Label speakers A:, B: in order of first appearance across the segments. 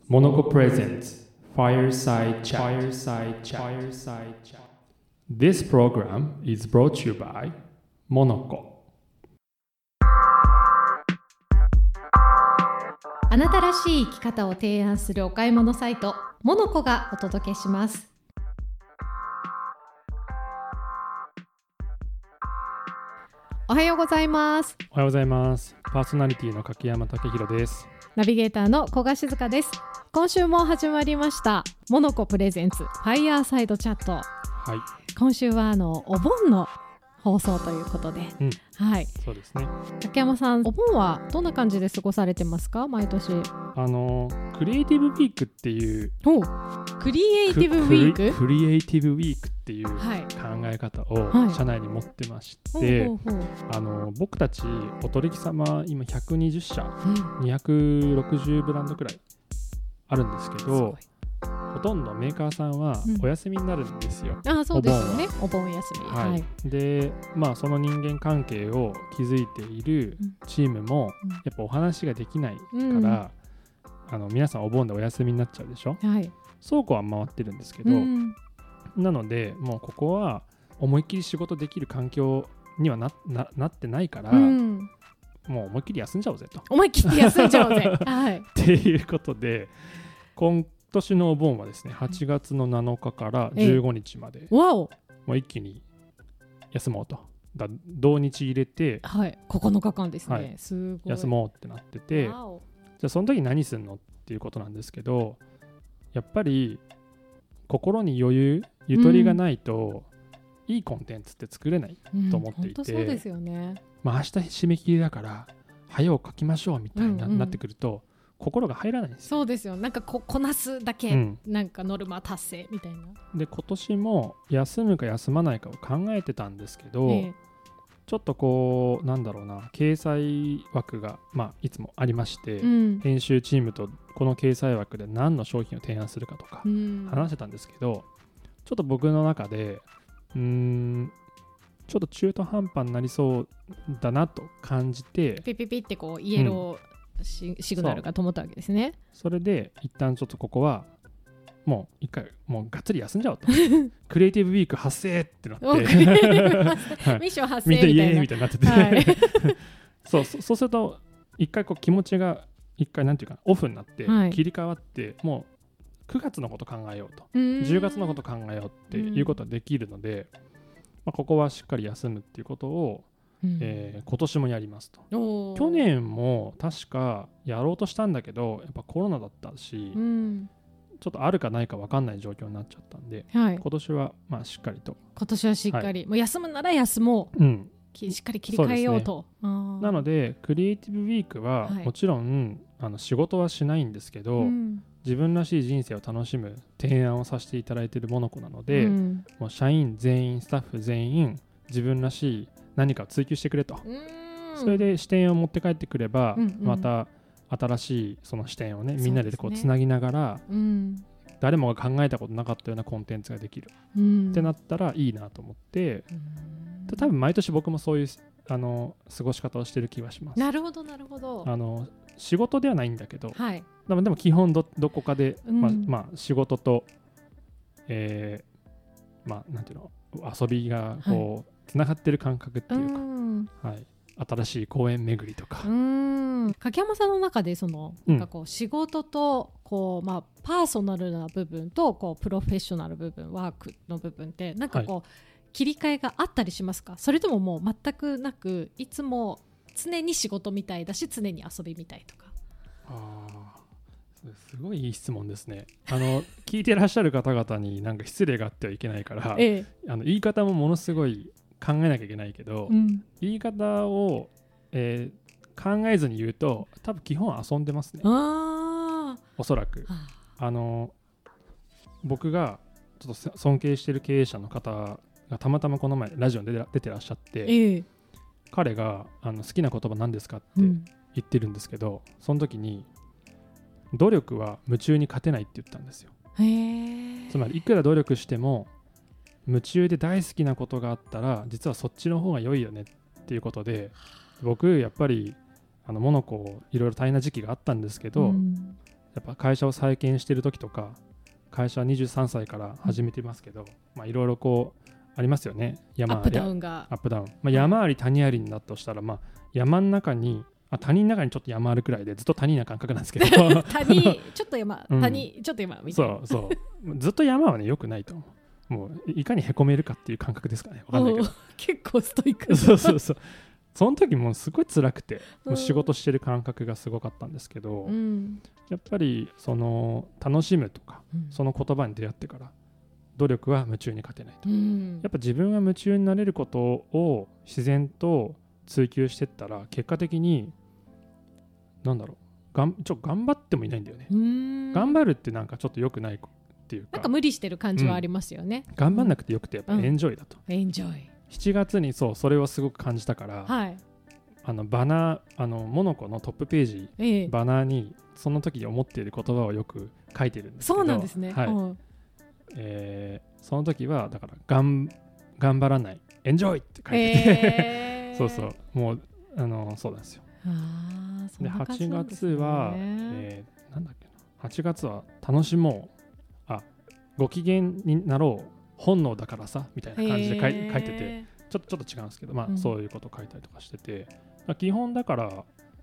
A: Monoco presents Fireside Chat. This program is brought to you by Monoco.
B: あなたらしい生き方を提案するお買い物サイトモノコがお届けします。おはようございます。
A: おはようございます。パーソナリティの柿山武弘です。
B: ナビゲーターの古賀静香です。今週も始まりましたモノコプレゼンツファイヤーサイドチャット。
A: はい。
B: 今週はお盆の放送ということで、はい。
A: そうですね。
B: 竹山さん、お盆はどんな感じで過ごされてますか？毎年。
A: クリエイティブウィークっていう
B: クリエイティブウィーク
A: クリエイティブウィークっていう考え方を社内に持ってまして、僕たちお取引様今120社、260ブランドくらいあるんですけど、ほとんどメーカーさんはお休みになるんですよ。
B: そうですよね。お盆休み。
A: で、その人間関係を築いているチームもやっぱお話ができないから、皆さんお盆でお休みになっちゃうでしょ。倉庫は回ってるんですけど、なのでもうここは思いっきり仕事できる環境には なってないから、もう思いっきり休んじゃおうぜと。
B: 思いっきり休んじゃおうぜ。
A: っていうことで今年のお盆はですね、8月の7日から15日まで、もう一気に休もうと。同日入れて、
B: 9日間ですね。すごい
A: 休もうってなってて、じゃあその時何すんのっていうことなんですけど、やっぱり心に余裕ゆとりがないと、いいコンテンツって作れないと思っていて、
B: 本当そうですよね。
A: 明日締め切りだから早う書きましょうみたいになってくると、心が入らないんですよ。
B: そうですよ。なんかこなすだけ、なんかノルマ達成みたいな。で
A: 今年も休むか休まないかを考えてたんですけど、ちょっと掲載枠が、いつもありまして、編集チームとこの掲載枠で何の商品を提案するかとか話してたんですけど、ちょっと僕の中でちょっと中途半端になりそうだなと感じて、
B: ピピピってイエロー、シグナルが灯ったわけですね。
A: それで一旦ちょっとここはもう一回がっつり休んじゃおうとクリエイティブウィーク発生ってなって
B: ミッション発生みたいな、
A: イエーイみたいになってて、そうすると一回気持ちがなんていうかオフになって、切り替わってもう9月のこと考えようと、10月のこと考えようっていうことができるので、ここはしっかり休むっていうことを、今年もやりますと。去年も確かやろうとしたんだけど、やっぱコロナだったし、ちょっとあるかないか分かんない状況になっちゃったんで、今年はしっかりと、
B: 今年はしっかり、もう休むなら休もう、しっかり切り替えようと。
A: なのでクリエイティブウィークはもちろん、仕事はしないんですけど、自分らしい人生を楽しむ提案をさせていただいているモノコなので、もう社員全員スタッフ全員自分らしい何かを追求してくれと、それで視点を持って帰ってくれば、また新しいその視点をね、みんなでつなぎながら、誰もが考えたことなかったようなコンテンツができる、ってなったらいいなと思って、多分毎年僕もそういう過ごし方をしてる気がします。
B: なるほどなるほど。
A: 仕事ではないんだけど、でも基本どこかで、仕事と、なんていうの、遊びがつながってる感覚っていうか、新しい公園巡りとか。
B: 柿山さんの中でなんか仕事とパーソナルな部分とプロフェッショナル部分、ワークの部分ってなんか切り替えがあったりしますか？それとももう全くなく、いつも常に仕事みたいだし常に遊びみたいとか。
A: すごいいい質問ですね。聞いてらっしゃる方々になんか失礼があってはいけないから、言い方もものすごい考えなきゃいけないけど、言い方を、考えずに言うと多分基本遊んでますね。おそらく僕がちょっと尊敬している経営者の方がたまたまこの前ラジオに出てらっしゃって、彼が好きな言葉何ですかって言ってるんですけど、その時に努力は夢中に勝てないって言ったんですよ。つまりいくら努力しても夢中で大好きなことがあったら実はそっちの方が良いよねっていうことで、僕やっぱりモノコいろいろ大変な時期があったんですけど、 やっぱ会社を再建してる時とか、会社は23歳から始めてますけど、いろいろこうありますよね。
B: アップダウンが
A: アップダウン、山あり谷ありになったとしたら、山の中に谷の中にちょっと山あるくらいでずっと谷な感覚なんですけど
B: 谷ちょっと山、谷ちょっと山みたいな。
A: そうずっと山はね良くないと思う。もういかにへこめるかっていう感覚ですかね。わかんないけど
B: 結構ストイック。
A: その時もすごい辛くて、もう仕事してる感覚がすごかったんですけど、やっぱりその楽しむとか、その言葉に出会ってから努力は夢中に勝てないと、やっぱ自分が夢中になれることを自然と追求していったら、結果的に頑張ってもいないんだよね。頑張るってなんかちょっと良くないっていうか、
B: なんか無理してる感じはありますよね。
A: 頑張んなくてよくてやっぱエンジョイだと、
B: エンジョイ。
A: 7月にそれをすごく感じたから、バナーモノコのトップページ、バナーにその時思っている言葉をよく書いてるんですけど、
B: そうなんですね。
A: その時はだから頑張らないエンジョイって書いててもうそうなんですよ。で8月は、なんだっけな、8月は楽しもう、ご機嫌になろう、本能だからさみたいな感じで書いてて、ちょっと違うんですけど、そういうことを書いたりとかしてて、基本だから、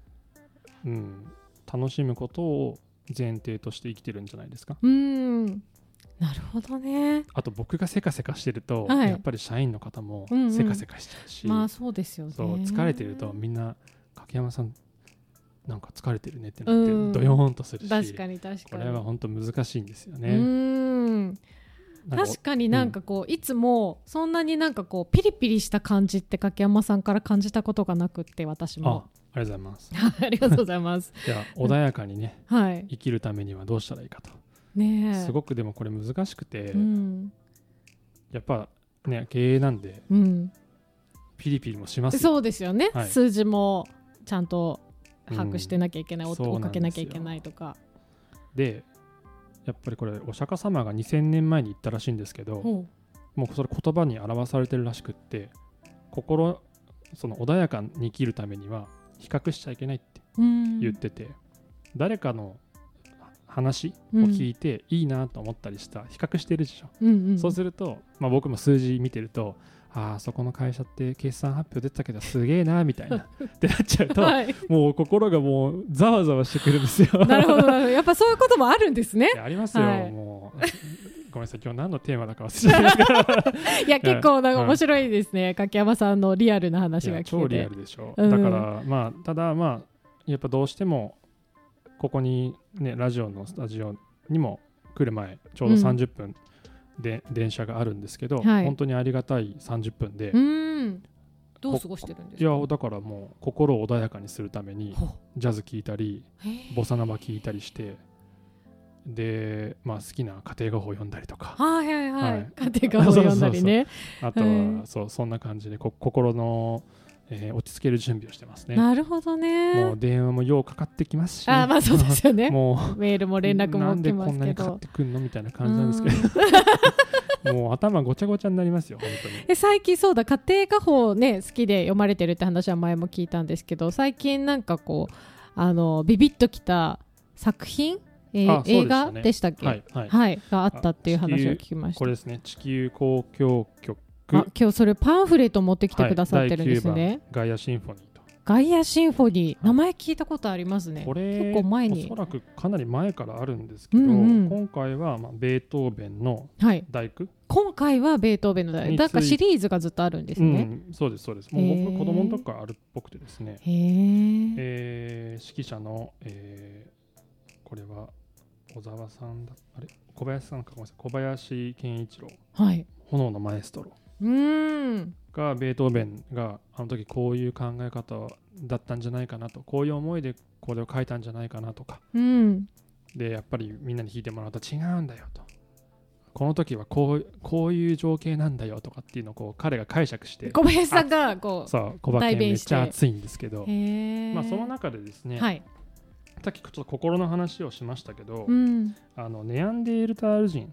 A: 楽しむことを前提として生きてるんじゃないですか。
B: なるほどね。
A: あと僕がせかせかしてると、やっぱり社員の方もせかせかしちゃうし、
B: そうですよね。
A: 疲れてるとみんな柿山さんなんか疲れてるねってなってドヨーンとするし、
B: 確かにこ
A: れは本当難しいんですよね。
B: 確かになんかこう、いつもそんなになんかこうピリピリした感じって柿山さんから感じたことがなくって、私も。
A: ありがとうございます。
B: ありがとうございます。
A: いや穏やかにね、生きるためにはどうしたらいいかと。すごくでもこれ難しくて、やっぱね経営なんで、ピリピリもしますよ。
B: そうですよね、数字もちゃんと把握してなきゃいけない、追っかけなきゃいけないとか
A: で、やっぱりこれお釈迦様が2000年前に言ったらしいんですけど、もうそれ言葉に表されてるらしくって、その穏やかに生きるためには比較しちゃいけないって言ってて、誰かの話を聞いていいなと思ったりした比較してるでしょ、そうすると、僕も数字見てると、そこの会社って決算発表出てたけどすげえなみたいなってなっちゃうと、もう心がもうざわざわしてくるんですよ。
B: なるほどやっぱそういうこともあるんですね。
A: ありますよ、もうごめんなさい、今日何のテーマだか忘れちゃいました
B: いや結構なんか面白いですね、柿山さんのリアルな話が聞けて。
A: 超リアルでしょ、だからただやっぱどうしてもここにねラジオのスタジオにも来る前ちょうど30分で電車があるんですけど、本当にありがたい30分で、
B: どう過ごしてるんですか？
A: いやだからもう心を穏やかにするためにジャズ聴いたりボサノバ聴いたりして、で好きな家庭画法を読んだりとか、
B: 家庭画法を読んだりね。
A: あとはそんな感じで心の落ち着ける準備をしてますね。
B: なるほどね。
A: もう電話もようかかってきますし、
B: そうですよね。
A: もう
B: メールも連絡も来ますけど、
A: なんでこんなにかかってくんのみたいな感じなんですけどもう頭ごちゃごちゃになりますよ本当に。
B: 最近そうだ、家庭画法ね好きで読まれてるって話は前も聞いたんですけど、最近なんかこうビビッときた作品、映画でしたっけ、があったっていう話を聞きました。
A: これですね、地球交響曲。
B: 今日それパンフレット持ってきてくださってるんですね。
A: ガイアシンフォニーと。
B: ガイアシンフォニー、名前聞いたことありますね。
A: これ
B: 結構前に、
A: おそらくかなり前からあるんですけど、今回はベートーベンの第九、
B: 今回はベートーベンの第九だからシリーズがずっとあるんですね。
A: そうですそうです。もう僕子供の時からあるっぽくてですね、指揮者の、これは小沢さんだ、小林さんか、ごめんなさい、小林健一郎、炎のマエストロが、ベートーベンがあの時こういう考え方だったんじゃないかなと、こういう思いでこれを書いたんじゃないかなとか、でやっぱりみんなに弾いてもらうと違うんだよと、この時はこういう情景なんだよとかっていうのをこう彼が解釈して、
B: 小林さんがこう
A: そう小林健めっちゃ熱いんですけど、その中でですね、さっきちょっと心の話をしましたけど、ネアンデルタール人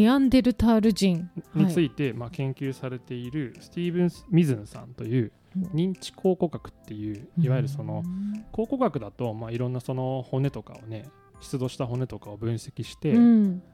A: について、研究されているスティーブン・ミズンさんという認知考古学っていう、いわゆるその考古学だと、いろんなその骨とかをね出土した骨とかを分析して、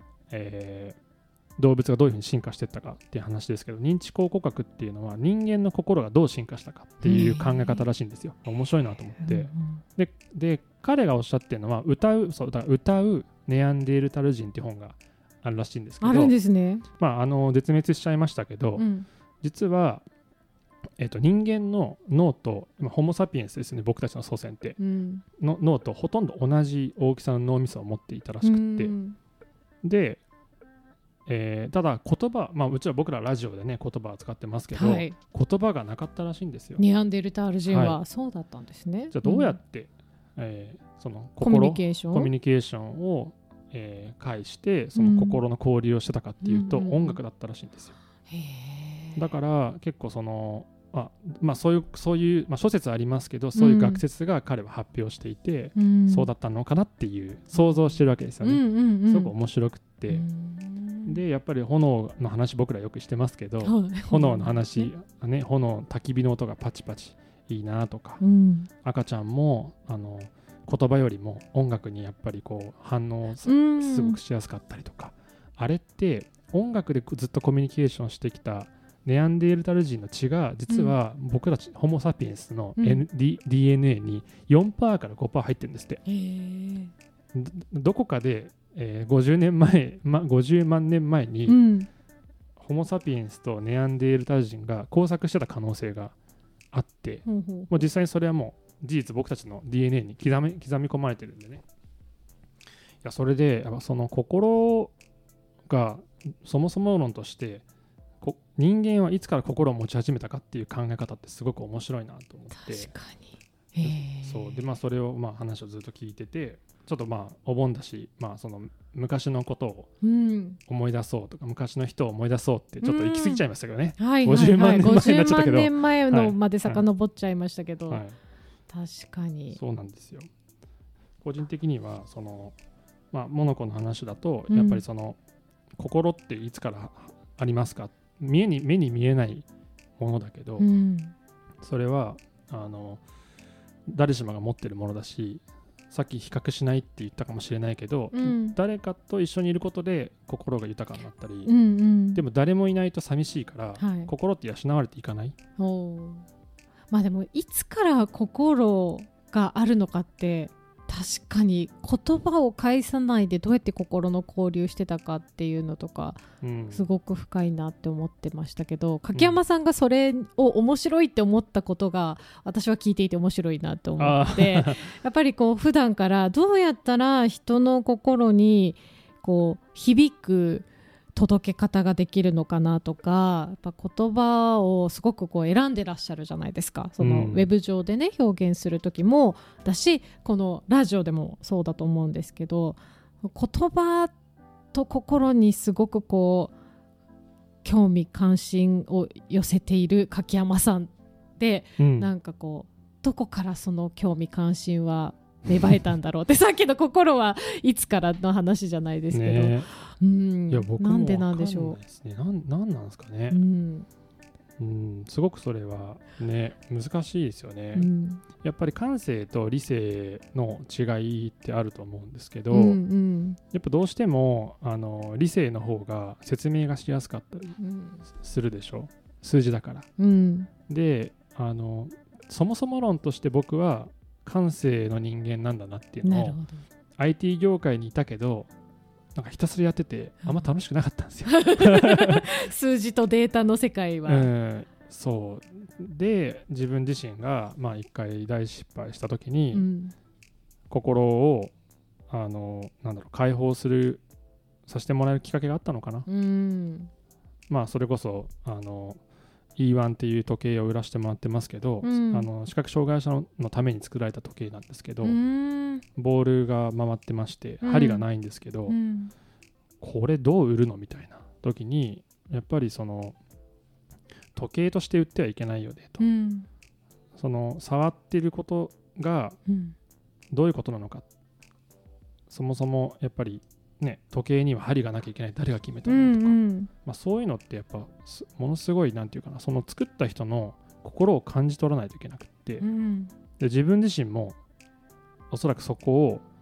A: 動物がどういうふうに進化していったかっていう話ですけど、認知考古学っていうのは人間の心がどう進化したかっていう考え方らしいんですよ。面白いなと思って、で彼がおっしゃってるのは歌うネアンデルタル人っていう本があるらしいんですけど、
B: あるんですね。
A: 絶滅しちゃいましたけど、実は、人間の脳とホモ・サピエンスですね、僕たちの祖先って、の脳とほとんど同じ大きさの脳みそを持っていたらしくて、でただ言葉、うちは僕らラジオでね言葉を使ってますけど、言葉がなかったらしいんですよ。
B: ネアンデルタール人は、そうだったんですね。
A: じゃあどうやって、その
B: コミュニケー
A: ションを、介してその心の交流をしてたかっていうと、音楽だったらしいんですよ。だから結構そのそういう、諸説ありますけど、そういう学説が彼は発表していて、そうだったのかなっていう想像してるわけですよね。すごく面白くって、でやっぱり炎の話僕らよくしてますけど、炎の話、炎焚き火の音がパチパチいいなとか、赤ちゃんも言葉よりも音楽にやっぱりこう反応すごくしやすかったりとか、あれって音楽でずっとコミュニケーションしてきたネアンデルタル人の血が実は僕たちホモ・サピエンスの、DNA に 4% から 5% 入ってるんですって。どこかで、50万年前に、ホモ・サピエンスとネアンデルタル人が交錯してた可能性があって、もう実際にそれはもう事実僕たちの DNA に刻み込まれてるんでね。いやそれでその心がそもそも論として人間はいつから心を持ち始めたかっていう考え方ってすごく面白いなと思って、
B: 確かに、
A: そうでそれを話をずっと聞いてて、ちょっとお盆だし、その昔のことを思い出そうとか、昔の人を思い出そうってちょっと行き過ぎちゃいましたけどね、50万年前になっちゃったけど、50万
B: 年前のまで遡っちゃいましたけど、確かに
A: そうなんですよ。個人的にはその、モノコの話だとやっぱりその、心っていつからありますか、目に見えないものだけど、それは誰しもが持ってるものだし、さっき比較しないって言ったかもしれないけど、誰かと一緒にいることで心が豊かになったり、でも誰もいないと寂しいから、心って養われていかない。
B: でもいつから心があるのかって確かに言葉を介さないでどうやって心の交流してたかっていうのとか、すごく深いなって思ってましたけど、柿山さんがそれを面白いって思ったことが私は聞いていて面白いなって思ってやっぱりこう普段からどうやったら人の心にこう響く届け方ができるのかなとか、やっぱ言葉をすごくこう選んでらっしゃるじゃないですか。そのウェブ上でね表現する時もだし、このラジオでもそうだと思うんですけど、言葉と心にすごくこう興味関心を寄せている柿山さんで、なんかこうどこからその興味関心は芽生えたんだろうってさっきの心はいつからの話じゃないですけど、
A: いや僕も
B: なんでなんでしょう。
A: なんなんですかね。すごくそれはね難しいですよね。やっぱり感性と理性の違いってあると思うんですけど、やっぱどうしても理性の方が説明がしやすかったりするでしょ、数字だから。でそもそも論として僕は感性の人間なんだなっていうのを IT 業界にいたけどなんかひたすらやっててあんま楽しくなかったんですよ
B: 数字とデータの世界は、
A: そうで自分自身が一回大失敗した時に、心を解放させてもらえるきっかけがあったのかな。それこそE1 っていう時計を売らせてもらってますけど、視覚障害者のために作られた時計なんですけど、ボールが回ってまして針がないんですけど、これどう売るのみたいな時にやっぱりその時計として売ってはいけないよねと、その触ってることがどういうことなのか、そもそもやっぱりね、時計には針がなきゃいけない、誰が決めたのとか、そういうのってやっぱものすごいなんていうかな、その作った人の心を感じ取らないといけなくって、で自分自身もおそらくそこを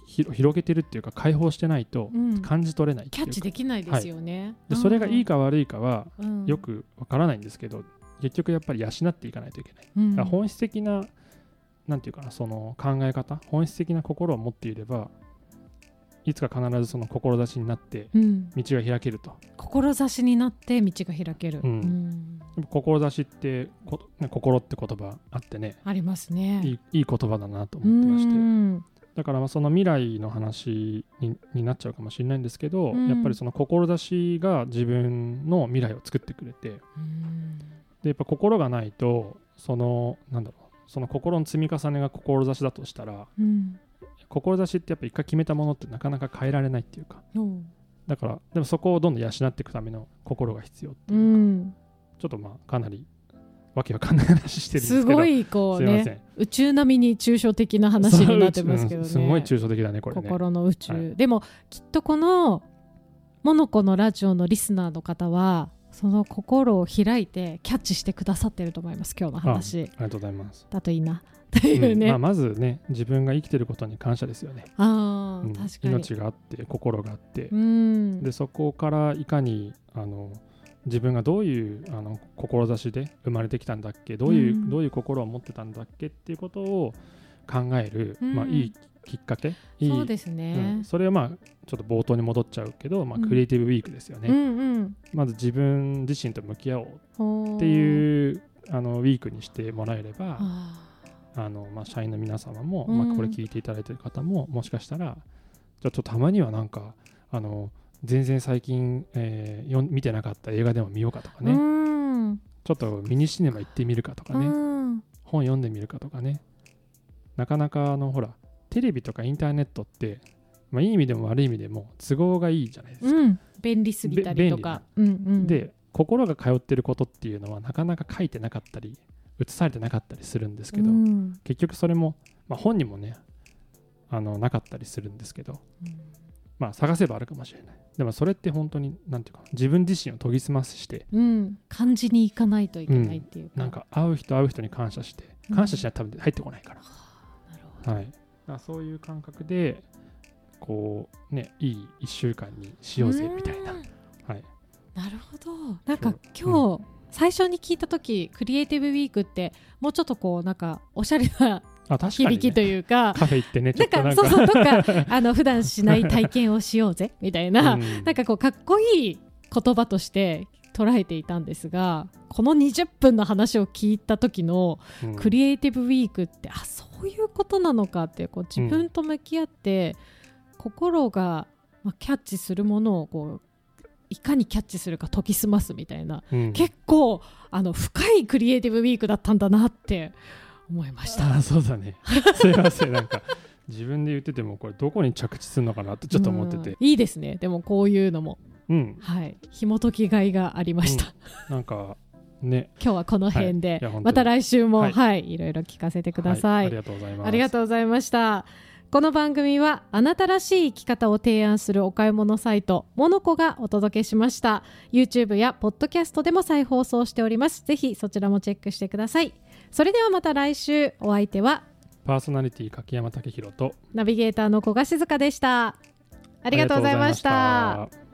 A: 広げてるっていうか解放してないと感じ取れないっていうか、
B: キャッチできないですよね、
A: はい、でそれがいいか悪いかはよくわからないんですけど、結局やっぱり養っていかないといけない、だから本質的ななんていうかな、その考え方、本質的な心を持っていればいつか必ずその志になって道が開けると、
B: 志になって道が開ける、
A: 志って心って言葉あってね、
B: ありますね、
A: いい言葉だなと思ってまして、だからその未来の話 になっちゃうかもしれないんですけど、やっぱりその志が自分の未来を作ってくれて、でやっぱ心がないとそのなんだろう、その心の積み重ねが志だとしたら、志ってやっぱ一回決めたものってなかなか変えられないっていうか、だからでもそこをどんどん養っていくための心が必要っていうか、ちょっとまあかなりわけわかんない話してるんですけど、
B: すごいこうね、宇宙並みに抽象的な話になってますけどね。
A: すごい抽象的だねこれね、
B: 心の宇宙、はい、でもきっとこのモノコのラジオのリスナーの方はその心を開いてキャッチしてくださってると思います。今日の話
A: ありがとうございます。
B: だといいなというね、
A: まずね自分が生きてることに感謝ですよね。
B: 確かに
A: 命があって心があって、でそこからいかに自分がどういう志で生まれてきたんだっけ、どういう心を持ってたんだっけっていうことを考える、いいきっかけ、
B: そうですね、
A: それはちょっと冒頭に戻っちゃうけど、クリエイティブウィークですよね、まず自分自身と向き合おうっていうウィークにしてもらえれば、社員の皆様も、これ聞いていただいている方ももしかしたらじゃあちょっとたまにはなんか全然最近、見てなかった映画でも見ようかとかね、ちょっとミニシネマ行ってみるかとかね、本読んでみるかとかね、なかなかほらテレビとかインターネットって、いい意味でも悪い意味でも都合がいいじゃないですか、
B: 便利すぎたりとか、
A: で心が通ってることっていうのはなかなか書いてなかったり映されてなかったりするんですけど、結局それも、本にもねなかったりするんですけど、探せばあるかもしれない。でもそれって本当になんていうか自分自身を研ぎ澄まして、
B: 感じにいかないといけないっていうか、
A: なんか会う人に感謝して感謝しないと多分入ってこないから、
B: なるほど、
A: はい、だからそういう感覚でこうねいい1週間にしようぜみたいな、はい、
B: なるほど。なんか今日、最初に聞いた時クリエイティブウィークってもうちょっとこうなんかおしゃれな響きというか、
A: カフェ行ってねちょっと
B: そうとか普段しない体験をしようぜみたいな、なんかこうかっこいい言葉として捉えていたんですが、この20分の話を聞いた時のクリエイティブウィークって、そういうことなのかって、こう自分と向き合って、心がキャッチするものをこういかにキャッチするか研ぎ澄ますみたいな、結構深いクリエイティブウィークだったんだなって思いました。
A: そうだねすいませんなんか自分で言っててもこれどこに着地するのかなってちょっと思ってて、
B: いいですね。でもこういうのも、はい、紐解きがいがありました、
A: なんかね、
B: 今日はこの辺で、また来週も、いろいろ聞かせてください、
A: ありがとうございます。
B: ありがとうございました。この番組はあなたらしい生き方を提案するお買い物サイトモノコがお届けしました。 YouTube やポッドキャストでも再放送しております。ぜひそちらもチェックしてください。それではまた来週。お相手は
A: パーソナリティ柿山武宏と
B: ナビゲーターの古賀静香でした。ありがとうございました。